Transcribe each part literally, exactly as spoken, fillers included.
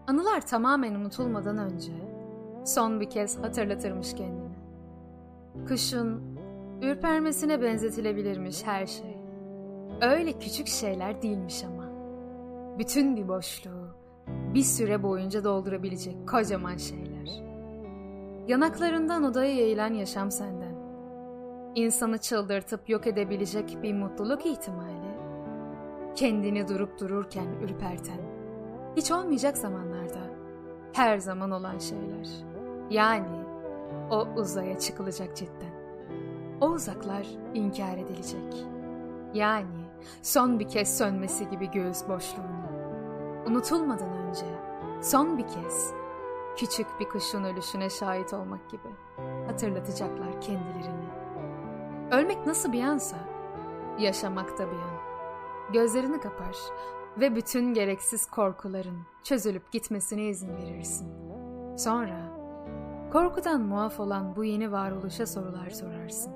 Anılar tamamen unutulmadan önce son bir kez hatırlatırmış kendini. Kışın ürpermesine benzetilebilirmiş her şey. Öyle küçük şeyler değilmiş ama. Bütün bir boşluğu bir süre boyunca doldurabilecek kocaman şeyler. Yanaklarından odaya yayılan yaşam senden. İnsanı çıldırtıp yok edebilecek bir mutluluk ihtimali. Kendini durup dururken ürperten, hiç olmayacak zamanlarda her zaman olan şeyler. Yani o uzaya çıkılacak cidden. O uzaklar inkar edilecek. Yani son bir kez sönmesi gibi göğüs boşluğunu. Unutulmadan önce son bir kez küçük bir kuşun ölüşüne şahit olmak gibi hatırlatacaklar kendilerini. Ölmek nasıl bir yansa yaşamak da bir yan. Gözlerini kapar ve bütün gereksiz korkuların çözülüp gitmesine izin verirsin. Sonra korkudan muaf olan bu yeni varoluşa sorular sorarsın.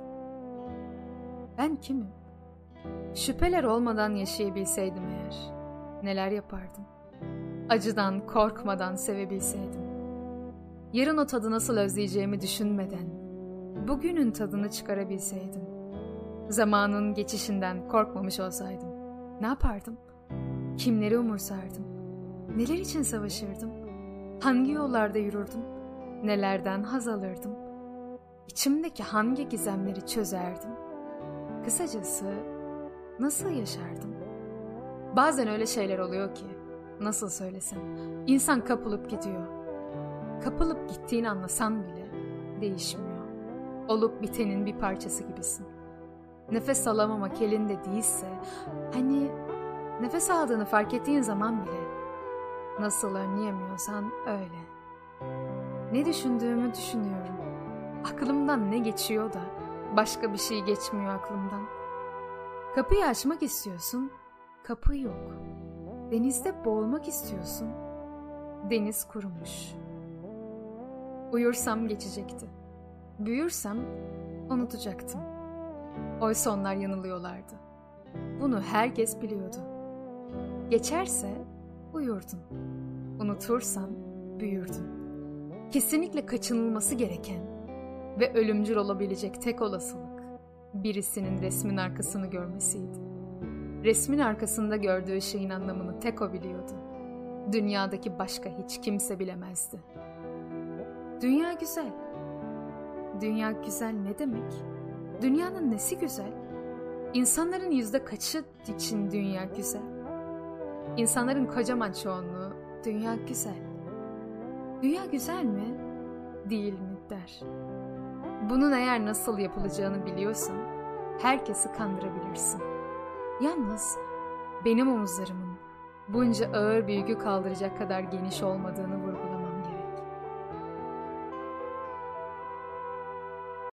Ben kimim? Şüpheler olmadan yaşayabilseydim eğer, neler yapardım? Acıdan korkmadan sevebilseydim. Yarın o tadı nasıl özleyeceğimi düşünmeden, bugünün tadını çıkarabilseydim. Zamanın geçişinden korkmamış olsaydım, ne yapardım? Kimleri umursardım? Neler için savaşırdım? Hangi yollarda yürürdüm? Nelerden haz alırdım? İçimdeki hangi gizemleri çözerdim? Kısacası nasıl yaşardım? Bazen öyle şeyler oluyor ki, nasıl söylesem, insan kapılıp gidiyor. Kapılıp gittiğini anlasan bile değişmiyor. Olup bitenin bir parçası gibisin. Nefes alamamak elinde değilse, hani nefes aldığını fark ettiğin zaman bile nasıl önleyemiyorsan öyle. Ne düşündüğümü düşünüyorum. Aklımdan ne geçiyor da başka bir şey geçmiyor aklımdan. Kapıyı açmak istiyorsun, kapı yok. Denizde boğulmak istiyorsun, deniz kurumuş. Uyursam geçecekti. Büyürsem unutacaktım. Oysa onlar yanılıyorlardı. Bunu herkes biliyordu. Geçerse uyurdun. Unutursan büyürdün. Kesinlikle kaçınılması gereken ve ölümcül olabilecek tek olasılık birisinin resmin arkasını görmesiydi. Resmin arkasında gördüğü şeyin anlamını tek o biliyordu. Dünyadaki başka hiç kimse bilemezdi. Dünya güzel. Dünya güzel ne demek? Dünyanın nesi güzel? İnsanların yüzde kaçı için dünya güzel? İnsanların kocaman çoğunluğu dünya güzel. Dünya güzel mi? Değil mi der. Bunun eğer nasıl yapılacağını biliyorsan herkesi kandırabilirsin. Yalnız benim omuzlarımın bunca ağır bir yükü kaldıracak kadar geniş olmadığını